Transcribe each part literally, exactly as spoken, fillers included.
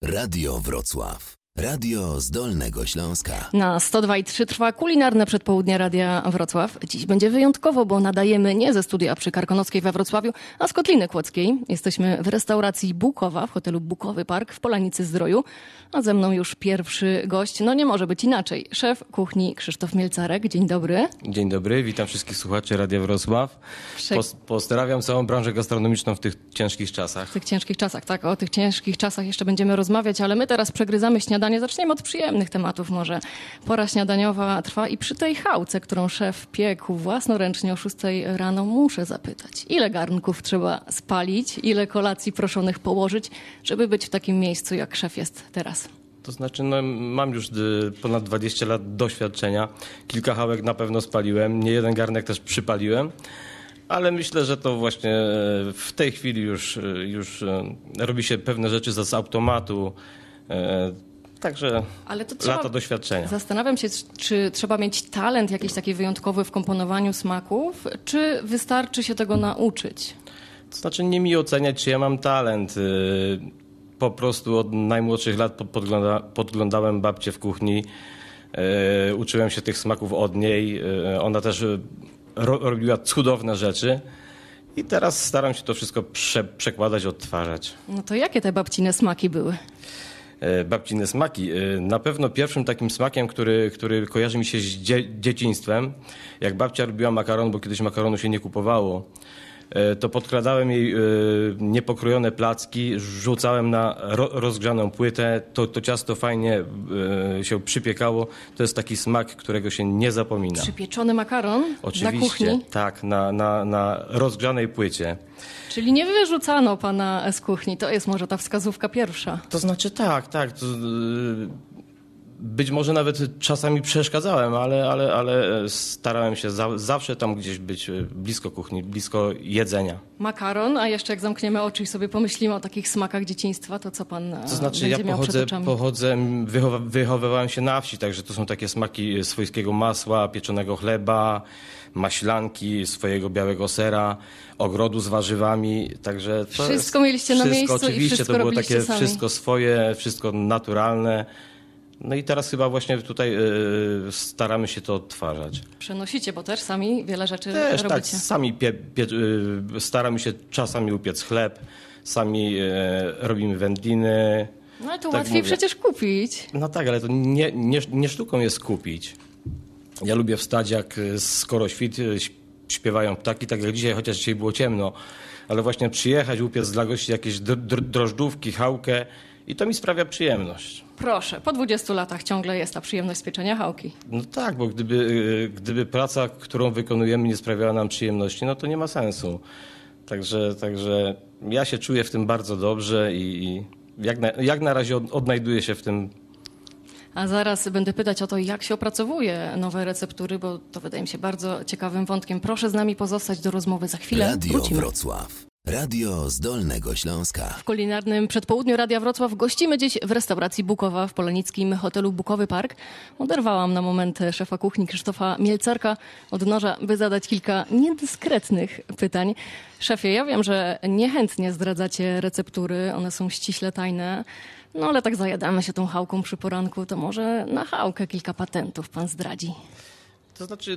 Radio Wrocław. Radio z Dolnego Śląska. Na sto dwa i trzy trwa kulinarne przedpołudnie Radia Wrocław. Dziś będzie wyjątkowo, bo nadajemy nie ze studia przy Karkonoskiej we Wrocławiu, a z Kotliny Kłodzkiej. Jesteśmy w restauracji Bukowa w hotelu Bukowy Park w Polanicy Zdroju. A ze mną już pierwszy gość. No nie może być inaczej. Szef kuchni Krzysztof Mielcarek. Dzień dobry. Dzień dobry, witam wszystkich słuchaczy Radia Wrocław. Prze- Pos- pozdrawiam całą branżę gastronomiczną w tych ciężkich czasach. W tych ciężkich czasach, tak. O tych ciężkich czasach jeszcze będziemy rozmawiać, ale my teraz przegryzamy śniadanie. Zaczniemy od przyjemnych tematów może. Pora śniadaniowa trwa i przy tej chałce, którą szef piekł własnoręcznie o szóstej rano, muszę zapytać, ile garnków trzeba spalić, ile kolacji proszonych położyć, żeby być w takim miejscu, jak szef jest teraz? To znaczy, no, mam już y, ponad dwadzieścia lat doświadczenia. Kilka chałek na pewno spaliłem, nie jeden garnek też przypaliłem. Ale myślę, że to właśnie e, w tej chwili już, e, już e, robi się pewne rzeczy z automatu. E, Także Ale to trzeba, lata doświadczenia. Zastanawiam się, czy trzeba mieć talent jakiś taki wyjątkowy w komponowaniu smaków, czy wystarczy się tego nauczyć? To znaczy, nie mi oceniać, czy ja mam talent. Po prostu od najmłodszych lat podgląda, podglądałem babcię w kuchni. Uczyłem się tych smaków od niej. Ona też ro, robiła cudowne rzeczy. I teraz staram się to wszystko prze, przekładać, odtwarzać. No to jakie te babcine smaki były? Babcine smaki. Na pewno pierwszym takim smakiem, który, który kojarzy mi się z dzie- dzieciństwem, jak babcia robiła makaron, bo kiedyś makaronu się nie kupowało, to podkładałem jej niepokrojone placki, rzucałem na ro- rozgrzaną płytę, to, to ciasto fajnie się przypiekało. To jest taki smak, którego się nie zapomina. Przypieczony makaron Oczywiście, na kuchni? tak, na, na, na rozgrzanej płycie. Czyli nie wyrzucano pana z kuchni. To jest może ta wskazówka pierwsza. To znaczy tak, tak. To, być może nawet czasami przeszkadzałem, ale, ale, ale starałem się za, zawsze tam gdzieś być blisko kuchni, blisko jedzenia. Makaron, a jeszcze jak zamkniemy oczy i sobie pomyślimy o takich smakach dzieciństwa, to co pan To znaczy będzie ja miał przed pochodzę, oczami? pochodzę wychowa- wychowywałem się na wsi, także to są takie smaki swojskiego masła, pieczonego chleba, maślanki, swojego białego sera, ogrodu z warzywami, także to Wszystko jest, mieliście na miejscu i oczywiście, wszystko to było robiliście takie sami. wszystko swoje, wszystko naturalne. No i teraz chyba właśnie tutaj y, staramy się to odtwarzać. Przenosicie, bo też sami wiele rzeczy Też robicie. tak, sami pie, pie, y, staramy się czasami upiec chleb, sami y, robimy wędliny. No ale to tak łatwiej mówię. przecież kupić. No tak, ale to nie, nie, nie sztuką jest kupić. Ja lubię wstać, jak skoro świt, śpiewają ptaki, tak jak dzisiaj, chociaż dzisiaj było ciemno, ale właśnie przyjechać, upiec dla gości jakieś dr- drożdżówki, chałkę i to mi sprawia przyjemność. Proszę, po dwudziestu latach ciągle jest ta przyjemność z pieczenia chałki. No tak, bo gdyby, gdyby praca, którą wykonujemy, nie sprawiała nam przyjemności, no to nie ma sensu. Także, także ja się czuję w tym bardzo dobrze i, i jak, na, jak na razie od, odnajduję się w tym. A zaraz będę pytać o to, jak się opracowuje nowe receptury, bo to wydaje mi się bardzo ciekawym wątkiem. Proszę z nami pozostać do rozmowy za chwilę. Radio Wrócimy. Wrocław. Radio z Dolnego Śląska. W kulinarnym przedpołudniu Radia Wrocław gościmy dziś w restauracji Bukowa w polenickim hotelu Bukowy Park. Oderwałam na moment szefa kuchni Krzysztofa Mielcarka od noża, by zadać kilka niedyskretnych pytań. Szefie, ja wiem, że niechętnie zdradzacie receptury, one są ściśle tajne, no ale tak zajadamy się tą chałką przy poranku, to może na chałkę kilka patentów pan zdradzi. To znaczy,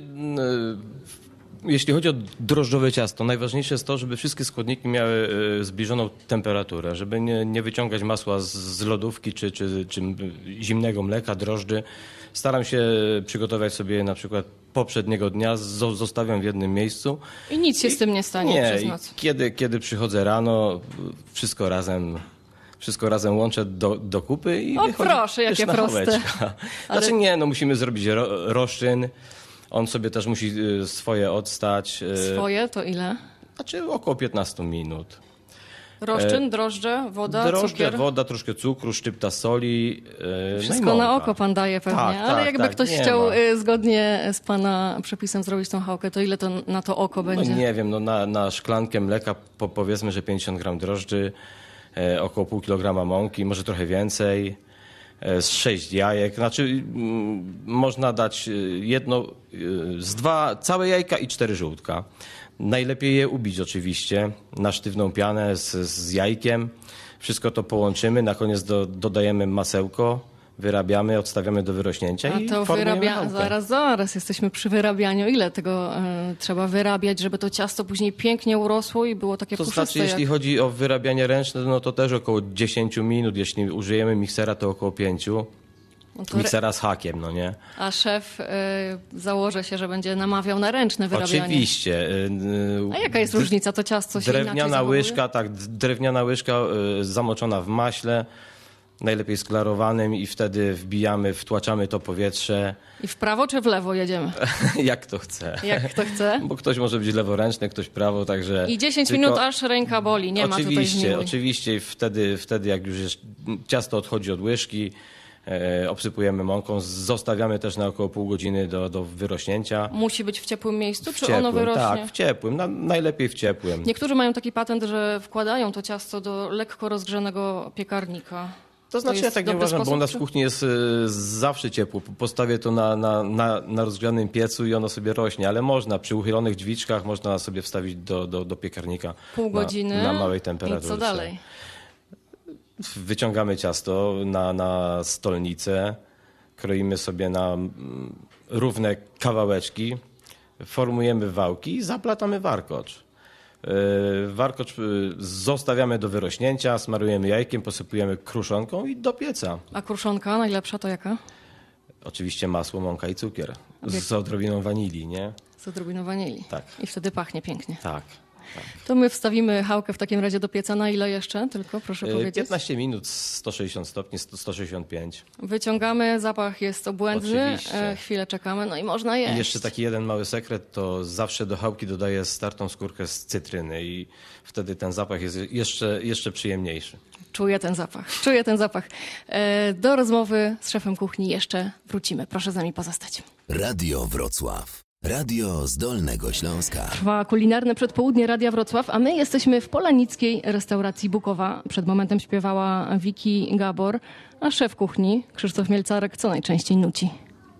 jeśli chodzi o drożdżowe ciasto, najważniejsze jest to, żeby wszystkie składniki miały zbliżoną temperaturę, żeby nie, nie wyciągać masła z, z lodówki czy, czy, czy zimnego mleka, drożdży. Staram się przygotować sobie na przykład poprzedniego dnia, zostawiam w jednym miejscu. I nic się I, z tym nie stanie nie, przez i noc. Kiedy, kiedy przychodzę rano, wszystko razem... Wszystko razem łączę do, do kupy i O, wychodzi proszę, jakie pyszna proste. chałeczka. Ale- Znaczy nie, no musimy zrobić ro, roszczyn. On sobie też musi y, swoje odstać. y, Swoje to ile? Znaczy około piętnaście minut. Roszczyn, drożdże, woda, Drożdże, cukier? woda, troszkę cukru, szczypta soli. y, Wszystko no i na mąka. oko pan daje pewnie, Tak, ale tak, jakby tak, ktoś nie chciał ma. y, zgodnie z pana przepisem zrobić tą chałkę, to ile to na to oko No będzie? nie wiem, no na, na szklankę mleka po, powiedzmy, że pięćdziesiąt gram drożdży, e, około pół kilograma mąki, może trochę więcej. Z sześć jajek, znaczy mm, można dać jedno, z dwa całe jajka i cztery żółtka. Najlepiej je ubić oczywiście na sztywną pianę z, z jajkiem. Wszystko to połączymy, na koniec do, dodajemy masełko, wyrabiamy, odstawiamy do wyrośnięcia A i to formujemy wyrabia... chałkę. Zaraz, zaraz, jesteśmy przy wyrabianiu. Ile tego e, trzeba wyrabiać, żeby to ciasto później pięknie urosło i było takie To puszyste? znaczy, jeśli jak... chodzi o wyrabianie ręczne, no to też około dziesięć minut. Jeśli użyjemy miksera, to około pięć. No to re... Miksera z hakiem, no nie? A szef e, założę się, że będzie namawiał na ręczne wyrabianie. Oczywiście. y, y, A jaka jest d- różnica? To ciasto się inaczej Drewniana zachowuje? łyżka, tak, d- drewniana łyżka y, zamoczona w maśle, najlepiej sklarowanym i wtedy wbijamy, wtłaczamy to powietrze, I w prawo czy w lewo jedziemy? jak kto chce. Jak kto chce. Bo ktoś może być leworęczny, ktoś prawo, także... I dziesięć tylko- minut aż ręka boli, nie ma tutaj Oczywiście, zmiłuj. oczywiście. I wtedy, wtedy jak już jest, ciasto odchodzi od łyżki, e, obsypujemy mąką, zostawiamy też na około pół godziny do, do wyrośnięcia. Musi być w ciepłym miejscu, W czy ciepłym, ono wyrośnie? tak, w ciepłym, na, najlepiej w ciepłym. Niektórzy mają taki patent, że wkładają to ciasto do lekko rozgrzanego piekarnika. To znaczy, ja jest tak nie dobry uważam, bo u sposób, nas czy- w kuchni jest y, zawsze ciepło. Postawię to na, na, na, na rozgrzanym piecu i ono sobie rośnie, ale można przy uchylonych drzwiczkach można sobie wstawić do, do, do piekarnika Pół godziny na, na małej temperaturze. i co dalej? Wyciągamy ciasto na, na stolnicę, kroimy sobie na mm, równe kawałeczki, formujemy wałki i zaplatamy warkocz. Yy, Warkocz yy, zostawiamy do wyrośnięcia, smarujemy jajkiem, posypujemy kruszonką i do pieca. A kruszonka najlepsza to jaka? Oczywiście masło, mąka i cukier. Z odrobiną wanilii, nie? Z odrobiną wanilii. Tak. I wtedy pachnie pięknie. Tak. To my wstawimy chałkę w takim razie do pieca. Na ile jeszcze? Tylko proszę Yy, powiedzieć. piętnaście minut, sto sześćdziesiąt stopni, sto sześćdziesiąt pięć. Wyciągamy, zapach jest obłędny, Oczywiście. e, chwilę czekamy, no i można jeść. I jeszcze taki jeden mały sekret, to zawsze do chałki dodaję startą skórkę z cytryny i wtedy ten zapach jest jeszcze, jeszcze przyjemniejszy. Czuję ten zapach, czuję ten zapach. E, do rozmowy z szefem kuchni jeszcze wrócimy. Proszę z nami pozostać. Radio Wrocław. Radio z Dolnego Śląska. Trwa kulinarne przedpołudnie Radia Wrocław, a my jesteśmy w polanickiej restauracji Bukowa. Przed momentem śpiewała Wiki Gabor, a szef kuchni Krzysztof Mielcarek co najczęściej nuci.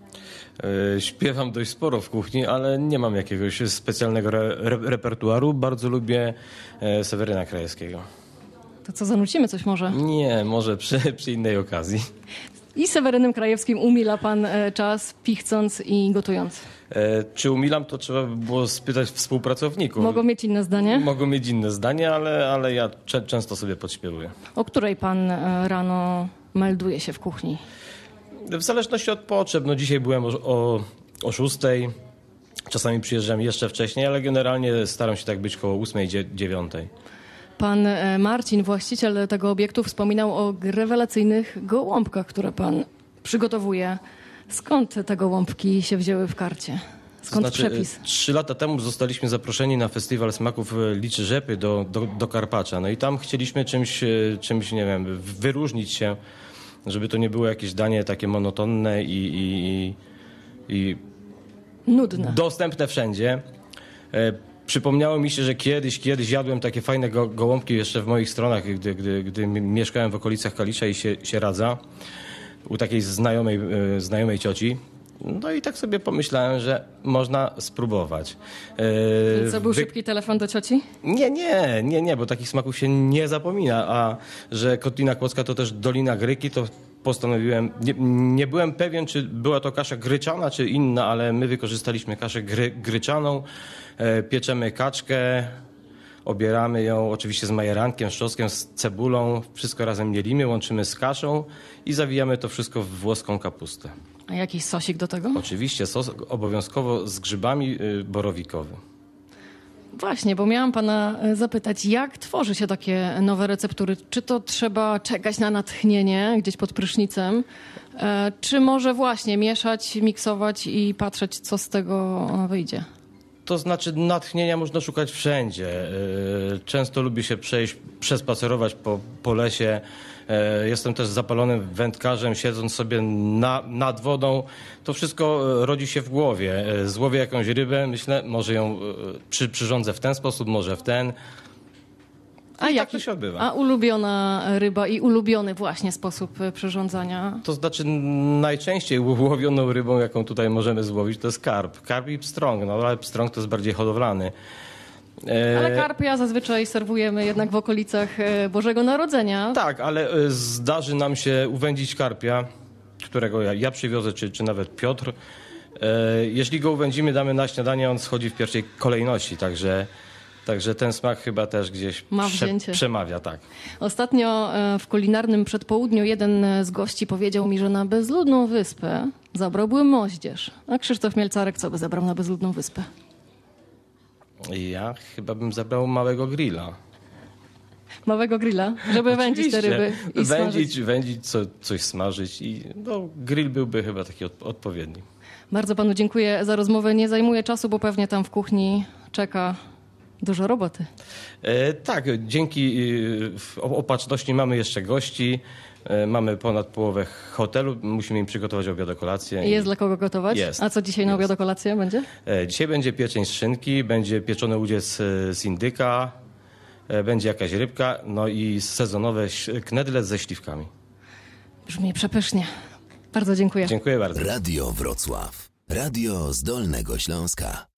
Yy, Śpiewam dość sporo w kuchni, ale nie mam jakiegoś specjalnego re, re, repertuaru. Bardzo lubię e, Seweryna Krajewskiego. To co, zanucimy coś może? Nie, może przy, przy innej okazji. I z Sewerynem Krajewskim umila pan e, czas pichcąc i gotując. E, Czy umilam, to trzeba by było spytać współpracowników. Mogą mieć inne zdanie? Mogą mieć inne zdanie, ale, ale ja cze, często sobie podśpiewuję. O której pan e, rano melduje się w kuchni? W zależności od potrzeb. No dzisiaj byłem o, o, o szóstej, czasami przyjeżdżam jeszcze wcześniej, ale generalnie staram się tak być koło ósmej, dzie- dziewiątej. Pan e, Marcin, właściciel tego obiektu, wspominał o rewelacyjnych gołąbkach, które pan przygotowuje. Skąd te gołąbki się wzięły w karcie? Skąd Znaczy, przepis? Trzy lata temu zostaliśmy zaproszeni na festiwal smaków Liczy Rzepy do, do, do Karpacza. No i tam chcieliśmy czymś, e, czymś, nie wiem, wyróżnić się, żeby to nie było jakieś danie takie monotonne i, i, i, i Nudne. dostępne wszędzie. E, Przypomniało mi się, że kiedyś, kiedyś jadłem takie fajne go, gołąbki jeszcze w moich stronach, gdy, gdy, gdy mieszkałem w okolicach Kalisza i się, się radza u takiej znajomej, e, znajomej cioci. No i tak sobie pomyślałem, że można spróbować. E, Co, był wy- szybki telefon do cioci? Nie, nie, nie, nie, bo takich smaków się nie zapomina, a że Kotlina Kłodzka to też Dolina Gryki, to postanowiłem, nie, nie byłem pewien, czy była to kasza gryczana, czy inna, ale my wykorzystaliśmy kaszę gry, gryczaną, e, pieczemy kaczkę, obieramy ją oczywiście z majerankiem, z czosnkiem, z cebulą, wszystko razem mielimy, łączymy z kaszą i zawijamy to wszystko w włoską kapustę. A jakiś sosik do tego? Oczywiście sos obowiązkowo z grzybami y, borowikowy. Właśnie, bo miałam pana e, zapytać, jak tworzy się takie nowe receptury? Czy to trzeba czekać na natchnienie gdzieś pod prysznicem? E, czy może właśnie mieszać, miksować i patrzeć, co z tego e, wyjdzie? To znaczy natchnienia można szukać wszędzie. Yy, Często lubię się przejść, przespacerować po, po lesie. Yy, Jestem też zapalonym wędkarzem, siedząc sobie na, nad wodą. To wszystko yy, rodzi się w głowie. Yy, Złowię jakąś rybę, myślę, może ją yy, przy, przyrządzę w ten sposób, może w ten. A tak jaki- to się odbywa. A ulubiona ryba i ulubiony właśnie sposób e, przyrządzania? To znaczy najczęściej łowioną rybą, jaką tutaj możemy złowić, to jest karp. Karp i pstrąg, no ale pstrąg to jest bardziej hodowlany. E, Ale karpia zazwyczaj serwujemy jednak w okolicach e, Bożego Narodzenia. Tak, ale e, zdarzy nam się uwędzić karpia, którego ja, ja przywiozę, czy, czy nawet Piotr. E, jeśli go uwędzimy, damy na śniadanie, on schodzi w pierwszej kolejności, także, także ten smak chyba też gdzieś Ma prze, wzięcie. przemawia. Tak. Ostatnio e, w kulinarnym przedpołudniu jeden z gości powiedział mi, że na bezludną wyspę zabrałby moździerz. A Krzysztof Mielcarek co by zabrał na bezludną wyspę? Ja chyba bym zabrał małego grilla. Małego grilla, żeby wędzić te ryby i smażyć. Wędzić, wędzić co, coś smażyć i no, grill byłby chyba taki od, odpowiedni. Bardzo panu dziękuję za rozmowę. Nie zajmuje czasu, bo pewnie tam w kuchni czeka dużo roboty. E, tak, dzięki e, opatrzności mamy jeszcze gości. E, mamy ponad połowę hotelu. Musimy im przygotować obiad, kolację. Jest dla kogo gotować? Jest. A co dzisiaj na obiad, kolację będzie? E, dzisiaj będzie pieczeń z szynki, będzie pieczony udziec z indyka, e, będzie jakaś rybka, no i sezonowe ś- knedle ze śliwkami. Brzmi przepysznie. Bardzo dziękuję. Dziękuję bardzo. Radio Wrocław. Radio z Dolnego Śląska.